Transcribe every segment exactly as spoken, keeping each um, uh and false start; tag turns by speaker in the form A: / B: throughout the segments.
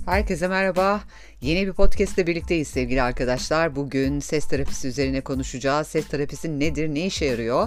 A: Herkese merhaba. Yeni bir podcast ile birlikteyiz sevgili arkadaşlar. Bugün ses terapisi üzerine konuşacağız. Ses terapisi nedir, ne işe yarıyor?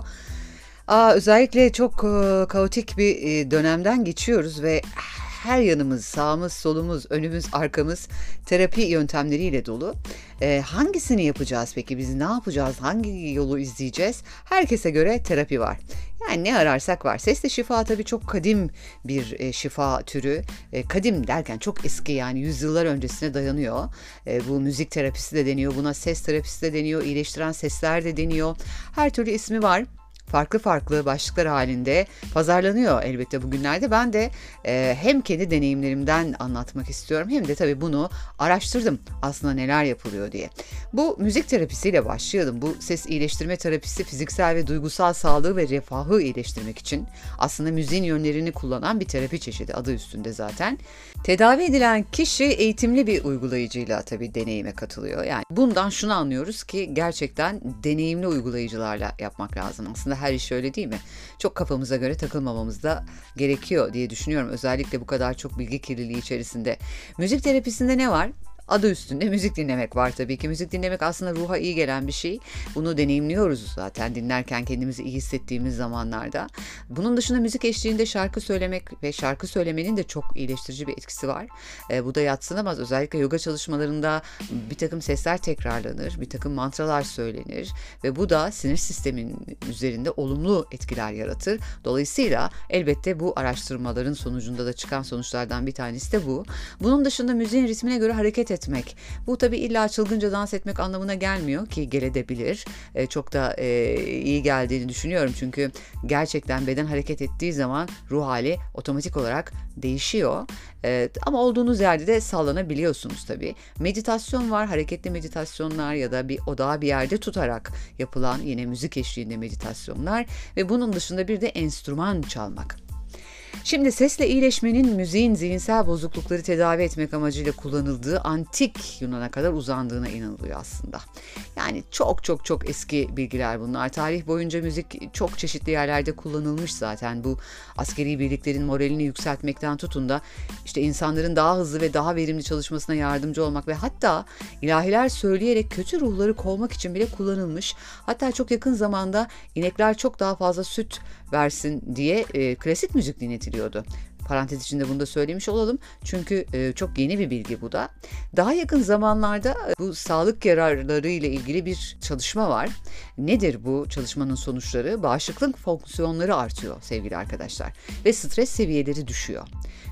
A: Aa, özellikle çok e, kaotik bir e, dönemden geçiyoruz ve her yanımız, sağımız, solumuz, önümüz, arkamız terapi yöntemleriyle dolu. E, hangisini yapacağız peki? Biz ne yapacağız? Hangi yolu izleyeceğiz? Herkese göre terapi var. Yani ne ararsak var. Sesle şifa tabii çok kadim bir e, şifa türü. E, kadim derken çok eski, yani yüzyıllar öncesine dayanıyor. E, bu müzik terapisi de deniyor. Buna ses terapisi de deniyor. İyileştiren sesler de deniyor. Her türlü ismi var. Farklı farklı başlıklar halinde pazarlanıyor elbette bugünlerde. Ben de e, hem kendi deneyimlerimden anlatmak istiyorum hem de tabii bunu araştırdım aslında neler yapılıyor diye. Bu müzik terapisiyle başlayalım. Bu ses iyileştirme terapisi fiziksel ve duygusal sağlığı ve refahı iyileştirmek için aslında müziğin yönlerini kullanan bir terapi çeşidi, adı üstünde zaten. Tedavi edilen kişi eğitimli bir uygulayıcıyla tabii deneyime katılıyor. Yani bundan şunu anlıyoruz ki gerçekten deneyimli uygulayıcılarla yapmak lazım. Aslında her iş öyle değil mi? Çok kafamıza göre takılmamamız da gerekiyor diye düşünüyorum. Özellikle bu kadar çok bilgi kirliliği içerisinde. Müzik terapisinde ne var? Adı üstünde müzik dinlemek var tabii ki. Müzik dinlemek aslında ruha iyi gelen bir şey. Bunu deneyimliyoruz zaten dinlerken kendimizi iyi hissettiğimiz zamanlarda. Bunun dışında müzik eşliğinde şarkı söylemek ve şarkı söylemenin de çok iyileştirici bir etkisi var. E, bu da yadsınamaz. Özellikle yoga çalışmalarında bir takım sesler tekrarlanır, bir takım mantralar söylenir ve bu da sinir sistemin üzerinde olumlu etkiler yaratır. Dolayısıyla elbette bu araştırmaların sonucunda da çıkan sonuçlardan bir tanesi de bu. Bunun dışında müziğin ritmine göre hareket etmek. Bu tabii illa çılgınca dans etmek anlamına gelmiyor ki gelebilir. E, çok da e, iyi geldiğini düşünüyorum. Çünkü gerçekten beden hareket ettiği zaman ruh hali otomatik olarak değişiyor. E, ama olduğunuz yerde de sallanabiliyorsunuz tabii. Meditasyon var. Hareketli meditasyonlar ya da bir odağı bir yerde tutarak yapılan yine müzik eşliğinde meditasyonlar ve bunun dışında bir de enstrüman çalmak. Şimdi sesle iyileşmenin müziğin zihinsel bozuklukları tedavi etmek amacıyla kullanıldığı antik Yunan'a kadar uzandığına inanılıyor aslında. Yani çok çok çok eski bilgiler bunlar. Tarih boyunca müzik çok çeşitli yerlerde kullanılmış zaten. Bu askeri birliklerin moralini yükseltmekten tutun da işte insanların daha hızlı ve daha verimli çalışmasına yardımcı olmak ve hatta ilahiler söyleyerek kötü ruhları kovmak için bile kullanılmış. Hatta çok yakın zamanda inekler çok daha fazla süt versin diye e, klasik müzik dinletiliyordu. Parantez içinde bunu da söylemiş olalım. Çünkü e, çok yeni bir bilgi bu da. Daha yakın zamanlarda bu sağlık yararları ile ilgili bir çalışma var. Nedir bu çalışmanın sonuçları? Bağışıklık fonksiyonları artıyor sevgili arkadaşlar ve stres seviyeleri düşüyor.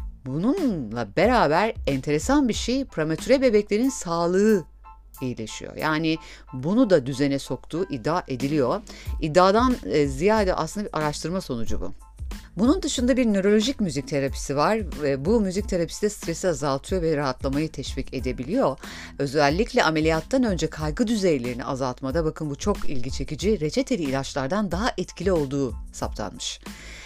A: Bununla beraber enteresan bir şey, prematüre bebeklerin sağlığı iyileşiyor. Yani bunu da düzene soktuğu iddia ediliyor. İddiadan e, ziyade aslında bir araştırma sonucu bu. Bunun dışında bir nörolojik müzik terapisi var ve bu müzik terapisi de stresi azaltıyor ve rahatlamayı teşvik edebiliyor. Özellikle ameliyattan önce kaygı düzeylerini azaltmada bakın bu çok ilgi çekici, reçeteli ilaçlardan daha etkili olduğu saptanmış.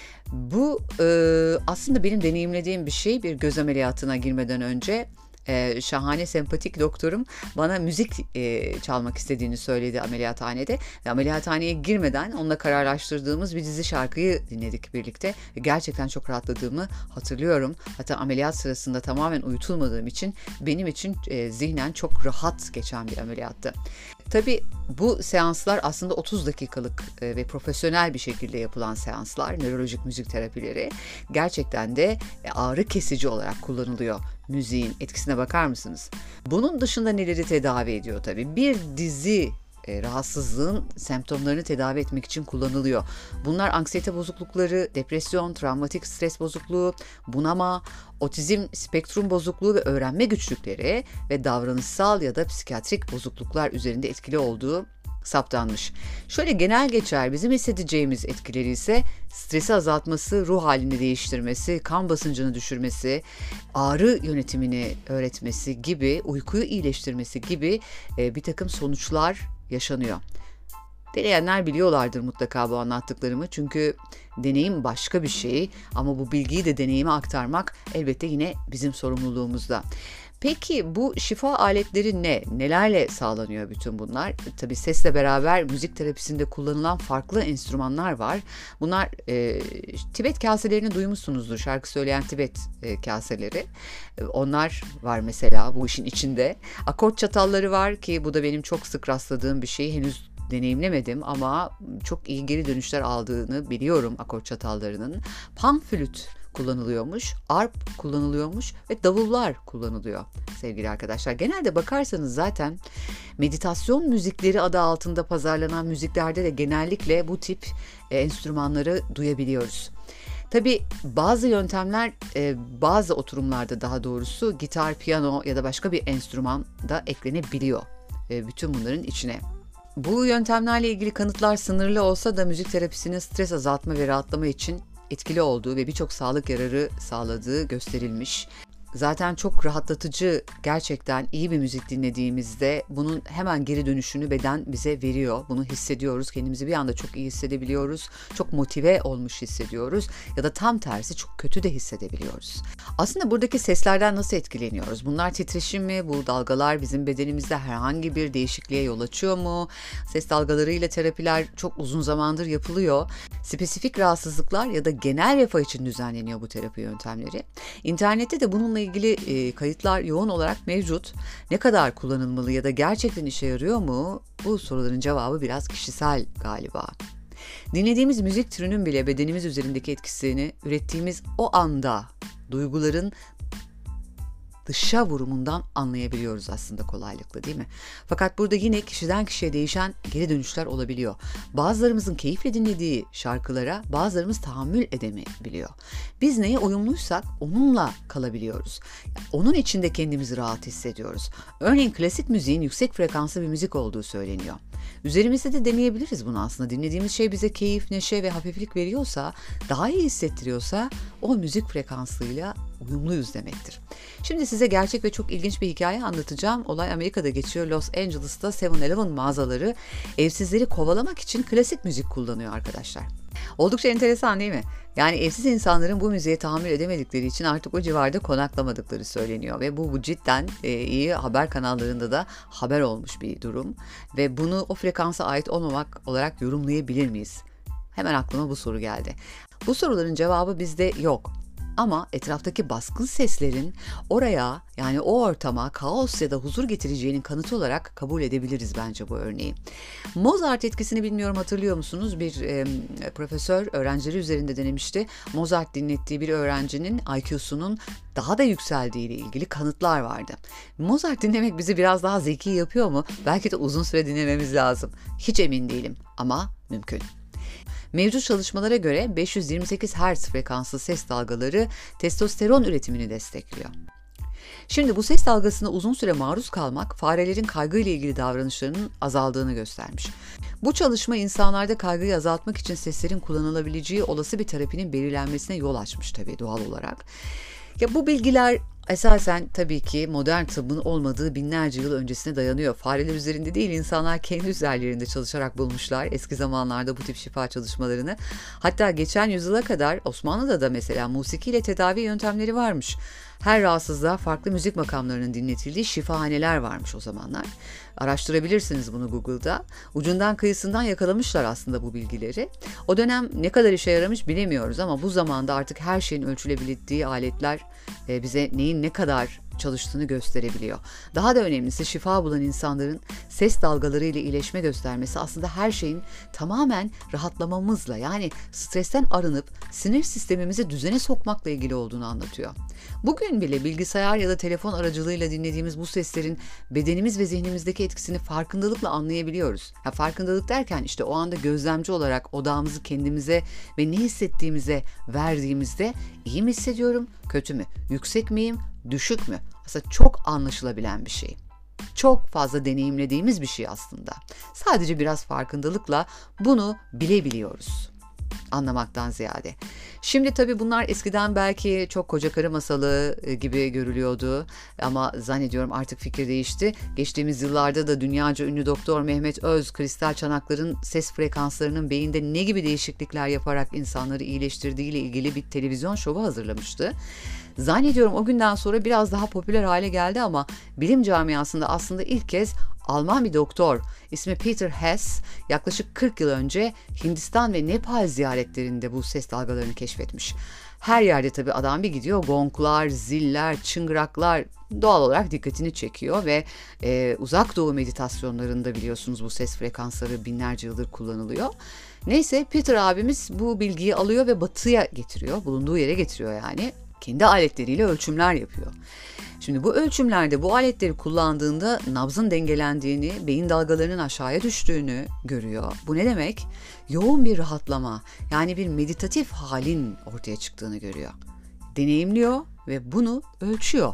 A: Bu e, aslında benim deneyimlediğim bir şey. Bir göz ameliyatına girmeden önce Ee, şahane sempatik doktorum bana müzik e, çalmak istediğini söyledi ameliyathanede. Ve ameliyathaneye girmeden onunla kararlaştırdığımız bir dizi şarkıyı dinledik birlikte. Ve gerçekten çok rahatladığımı hatırlıyorum. Hatta ameliyat sırasında tamamen uyutulmadığım için benim için e, zihnen çok rahat geçen bir ameliyattı. Tabii bu seanslar aslında otuz dakikalık e, ve profesyonel bir şekilde yapılan seanslar, nörolojik müzik terapileri gerçekten de e, ağrı kesici olarak kullanılıyor. Müziğin etkisine bakar mısınız? Bunun dışında neleri tedavi ediyor tabii? Bir dizi e, rahatsızlığın semptomlarını tedavi etmek için kullanılıyor. Bunlar anksiyete bozuklukları, depresyon, travmatik stres bozukluğu, bunama, otizm spektrum bozukluğu ve öğrenme güçlükleri ve davranışsal ya da psikiyatrik bozukluklar üzerinde etkili olduğu saptanmış. Şöyle genel geçer bizim hissedeceğimiz etkileri ise stresi azaltması, ruh halini değiştirmesi, kan basıncını düşürmesi, ağrı yönetimini öğretmesi gibi, uykuyu iyileştirmesi gibi e, bir takım sonuçlar yaşanıyor. Deneyenler biliyorlardır mutlaka bu anlattıklarımı çünkü deneyim başka bir şey ama bu bilgiyi de deneyime aktarmak elbette yine bizim sorumluluğumuzda. Peki bu şifa aletleri ne? Nelerle sağlanıyor bütün bunlar? Tabii sesle beraber müzik terapisinde kullanılan farklı enstrümanlar var. Bunlar e, Tibet kaselerini duymuşsunuzdur. Şarkı söyleyen Tibet e, kaseleri. E, onlar var mesela bu işin içinde. Akort çatalları var ki bu da benim çok sık rastladığım bir şey. Henüz deneyimlemedim ama çok iyi geri dönüşler aldığını biliyorum akort çatallarının. Pan flüt kullanılıyormuş, arp kullanılıyormuş ve davullar kullanılıyor sevgili arkadaşlar. Genelde bakarsanız zaten meditasyon müzikleri adı altında pazarlanan müziklerde de genellikle bu tip e, enstrümanları duyabiliyoruz. Tabii bazı yöntemler e, bazı oturumlarda daha doğrusu gitar, piyano ya da başka bir enstrüman da eklenebiliyor e, bütün bunların içine. Bu yöntemlerle ilgili kanıtlar sınırlı olsa da müzik terapisinin stres azaltma ve rahatlama için etkili olduğu ve birçok sağlık yararı sağladığı gösterilmiş. Zaten çok rahatlatıcı, gerçekten iyi bir müzik dinlediğimizde bunun hemen geri dönüşünü beden bize veriyor. Bunu hissediyoruz. Kendimizi bir anda çok iyi hissedebiliyoruz. Çok motive olmuş hissediyoruz. Ya da tam tersi çok kötü de hissedebiliyoruz. Aslında buradaki seslerden nasıl etkileniyoruz? Bunlar titreşim mi? Bu dalgalar bizim bedenimizde herhangi bir değişikliğe yol açıyor mu? Ses dalgalarıyla terapiler çok uzun zamandır yapılıyor. Spesifik rahatsızlıklar ya da genel refah için düzenleniyor bu terapi yöntemleri. İnternette de bununla ilgili e, kayıtlar yoğun olarak mevcut. Ne kadar kullanılmalı ya da gerçekten işe yarıyor mu? Bu soruların cevabı biraz kişisel galiba. Dinlediğimiz müzik türünün bile bedenimiz üzerindeki etkisini ürettiğimiz o anda duyguların dışa vurumundan anlayabiliyoruz aslında kolaylıkla, değil mi? Fakat burada yine kişiden kişiye değişen geri dönüşler olabiliyor. Bazılarımızın keyifle dinlediği şarkılara bazılarımız tahammül edemeyebiliyor. Biz neye uyumluysak onunla kalabiliyoruz. Onun içinde kendimizi rahat hissediyoruz. Örneğin klasik müziğin yüksek frekanslı bir müzik olduğu söyleniyor. Üzerimizde de deneyebiliriz bunu aslında. Dinlediğimiz şey bize keyif, neşe ve hafiflik veriyorsa, daha iyi hissettiriyorsa o müzik frekanslığıyla uyumluyuz demektir. Şimdi size gerçek ve çok ilginç bir hikaye anlatacağım. Olay Amerika'da geçiyor. Los Angeles'ta seven eleven mağazaları evsizleri kovalamak için klasik müzik kullanıyor arkadaşlar. Oldukça enteresan değil mi? Yani evsiz insanların bu müziğe tahammül edemedikleri için artık o civarda konaklamadıkları söyleniyor ve bu, bu cidden e, iyi haber kanallarında da haber olmuş bir durum ve bunu o frekansa ait olmamak olarak yorumlayabilir miyiz? Hemen aklıma bu soru geldi. Bu soruların cevabı bizde yok. Ama etraftaki baskın seslerin oraya, yani o ortama kaos ya da huzur getireceğinin kanıtı olarak kabul edebiliriz bence bu örneği. Mozart etkisini bilmiyorum, hatırlıyor musunuz? Bir e, profesör öğrencileri üzerinde denemişti. Mozart dinlettiği bir öğrencinin I Q'sunun daha da yükseldiği ile ilgili kanıtlar vardı. Mozart dinlemek bizi biraz daha zeki yapıyor mu? Belki de uzun süre dinlememiz lazım. Hiç emin değilim ama mümkün. Mevcut çalışmalara göre beş yüz yirmi sekiz hertz frekanslı ses dalgaları testosteron üretimini destekliyor. Şimdi bu ses dalgasına uzun süre maruz kalmak farelerin kaygıyla ilgili davranışlarının azaldığını göstermiş. Bu çalışma insanlarda kaygıyı azaltmak için seslerin kullanılabileceği olası bir terapinin belirlenmesine yol açmış tabii doğal olarak. Ya bu bilgiler esasen tabii ki modern tıbbın olmadığı binlerce yıl öncesine dayanıyor. Fareler üzerinde değil, insanlar kendi üzerlerinde çalışarak bulmuşlar eski zamanlarda bu tip şifa çalışmalarını. Hatta geçen yüzyıla kadar Osmanlı'da da mesela musikiyle tedavi yöntemleri varmış. Her rahatsızlığa farklı müzik makamlarının dinletildiği şifahaneler varmış o zamanlar. Araştırabilirsiniz bunu Google'da. Ucundan kıyısından yakalamışlar aslında bu bilgileri. O dönem ne kadar işe yaramış bilemiyoruz ama bu zamanda artık her şeyin ölçülebildiği aletler bize neyin ne kadar çalıştığını gösterebiliyor. Daha da önemlisi şifa bulan insanların ses dalgaları ile iyileşme göstermesi aslında her şeyin tamamen rahatlamamızla, yani stresten arınıp sinir sistemimizi düzene sokmakla ilgili olduğunu anlatıyor. Bugün bile bilgisayar ya da telefon aracılığıyla dinlediğimiz bu seslerin bedenimiz ve zihnimizdeki etkisini farkındalıkla anlayabiliyoruz. Ya farkındalık derken işte o anda gözlemci olarak odağımızı kendimize ve ne hissettiğimize verdiğimizde iyi mi hissediyorum, kötü mü, yüksek miyim, düşük mü? Aslında çok anlaşılabilen bir şey. Çok fazla deneyimlediğimiz bir şey aslında. Sadece biraz farkındalıkla bunu bilebiliyoruz. Anlamaktan ziyade. Şimdi tabii bunlar eskiden belki çok koca karı masalı gibi görülüyordu ama zannediyorum artık fikir değişti. Geçtiğimiz yıllarda da dünyaca ünlü Doktor Mehmet Öz, kristal çanakların ses frekanslarının beyinde ne gibi değişiklikler yaparak insanları iyileştirdiği ile ilgili bir televizyon şovu hazırlamıştı. Zannediyorum o günden sonra biraz daha popüler hale geldi ama bilim camiasında aslında ilk kez Alman bir doktor, ismi Peter Hess, yaklaşık kırk yıl önce Hindistan ve Nepal ziyaretlerinde bu ses dalgalarını keşfetmiş. Her yerde tabii adam bir gidiyor, gonglar, ziller, çıngıraklar doğal olarak dikkatini çekiyor ve e, uzak doğu meditasyonlarında biliyorsunuz bu ses frekansları binlerce yıldır kullanılıyor. Neyse Peter abimiz bu bilgiyi alıyor ve batıya getiriyor, bulunduğu yere getiriyor yani. Kendi aletleriyle ölçümler yapıyor. Şimdi bu ölçümlerde bu aletleri kullandığında nabzın dengelendiğini, beyin dalgalarının aşağıya düştüğünü görüyor. Bu ne demek? Yoğun bir rahatlama, yani bir meditatif halin ortaya çıktığını görüyor. Deneyimliyor ve bunu ölçüyor.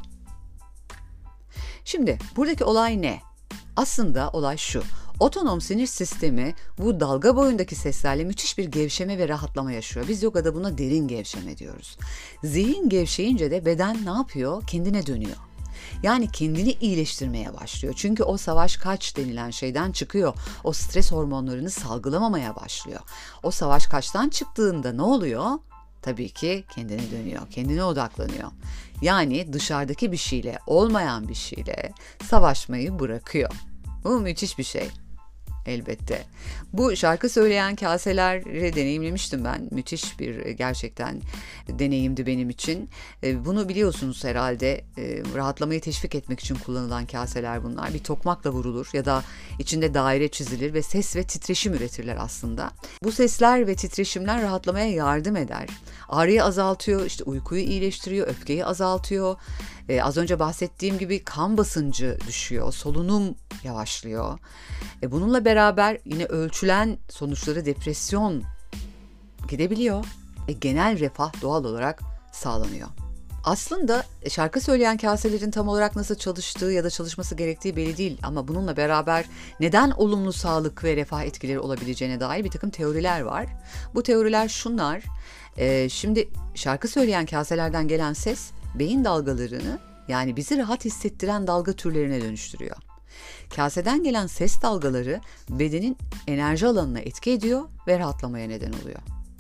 A: Şimdi buradaki olay ne? Aslında olay şu. Otonom sinir sistemi bu dalga boyundaki seslerle müthiş bir gevşeme ve rahatlama yaşıyor. Biz yogada buna derin gevşeme diyoruz. Zihin gevşeyince de beden ne yapıyor? Kendine dönüyor. Yani kendini iyileştirmeye başlıyor. Çünkü o savaş kaç denilen şeyden çıkıyor. O stres hormonlarını salgılamamaya başlıyor. O savaş kaçtan çıktığında ne oluyor? Tabii ki kendine dönüyor, kendine odaklanıyor. Yani dışarıdaki bir şeyle, olmayan bir şeyle savaşmayı bırakıyor. Bu müthiş bir şey. Elbette. Bu şarkı söyleyen kaseleri deneyimlemiştim ben. Müthiş bir gerçekten deneyimdi benim için. Bunu biliyorsunuz herhalde, rahatlamayı teşvik etmek için kullanılan kaseler bunlar. Bir tokmakla vurulur ya da içinde daire çizilir ve ses ve titreşim üretirler aslında. Bu sesler ve titreşimler rahatlamaya yardım eder. Ağrıyı azaltıyor, işte uykuyu iyileştiriyor, öfkeyi azaltıyor. Ee, az önce bahsettiğim gibi kan basıncı düşüyor, solunum yavaşlıyor. E, bununla beraber yine ölçülen sonuçları depresyon gidebiliyor. E, genel refah doğal olarak sağlanıyor. Aslında şarkı söyleyen kaselerin tam olarak nasıl çalıştığı ya da çalışması gerektiği belli değil ama bununla beraber neden olumlu sağlık ve refah etkileri olabileceğine dair bir takım teoriler var. Bu teoriler şunlar. E, şimdi şarkı söyleyen kaselerden gelen ses beyin dalgalarını, yani bizi rahat hissettiren dalga türlerine dönüştürüyor. Kaseden gelen ses dalgaları bedenin enerji alanına etki ediyor ve rahatlamaya neden oluyor.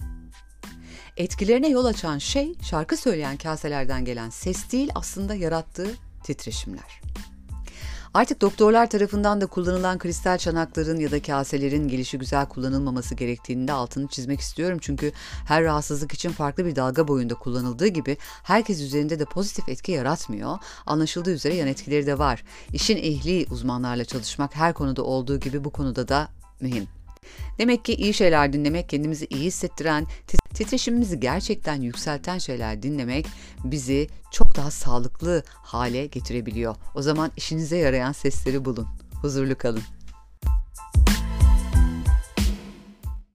A: Etkilerine yol açan şey şarkı söyleyen kaselerden gelen ses değil, aslında yarattığı titreşimler. Artık doktorlar tarafından da kullanılan kristal çanakların ya da kaselerin gelişigüzel kullanılmaması gerektiğini de altını çizmek istiyorum. Çünkü her rahatsızlık için farklı bir dalga boyunda kullanıldığı gibi herkes üzerinde de pozitif etki yaratmıyor. Anlaşıldığı üzere yan etkileri de var. İşin ehli uzmanlarla çalışmak her konuda olduğu gibi bu konuda da mühim. Demek ki iyi şeyler dinlemek, kendimizi iyi hissettiren, titreşimimizi gerçekten yükselten şeyler dinlemek bizi çok daha sağlıklı hale getirebiliyor. O zaman işinize yarayan sesleri bulun. Huzurlu kalın.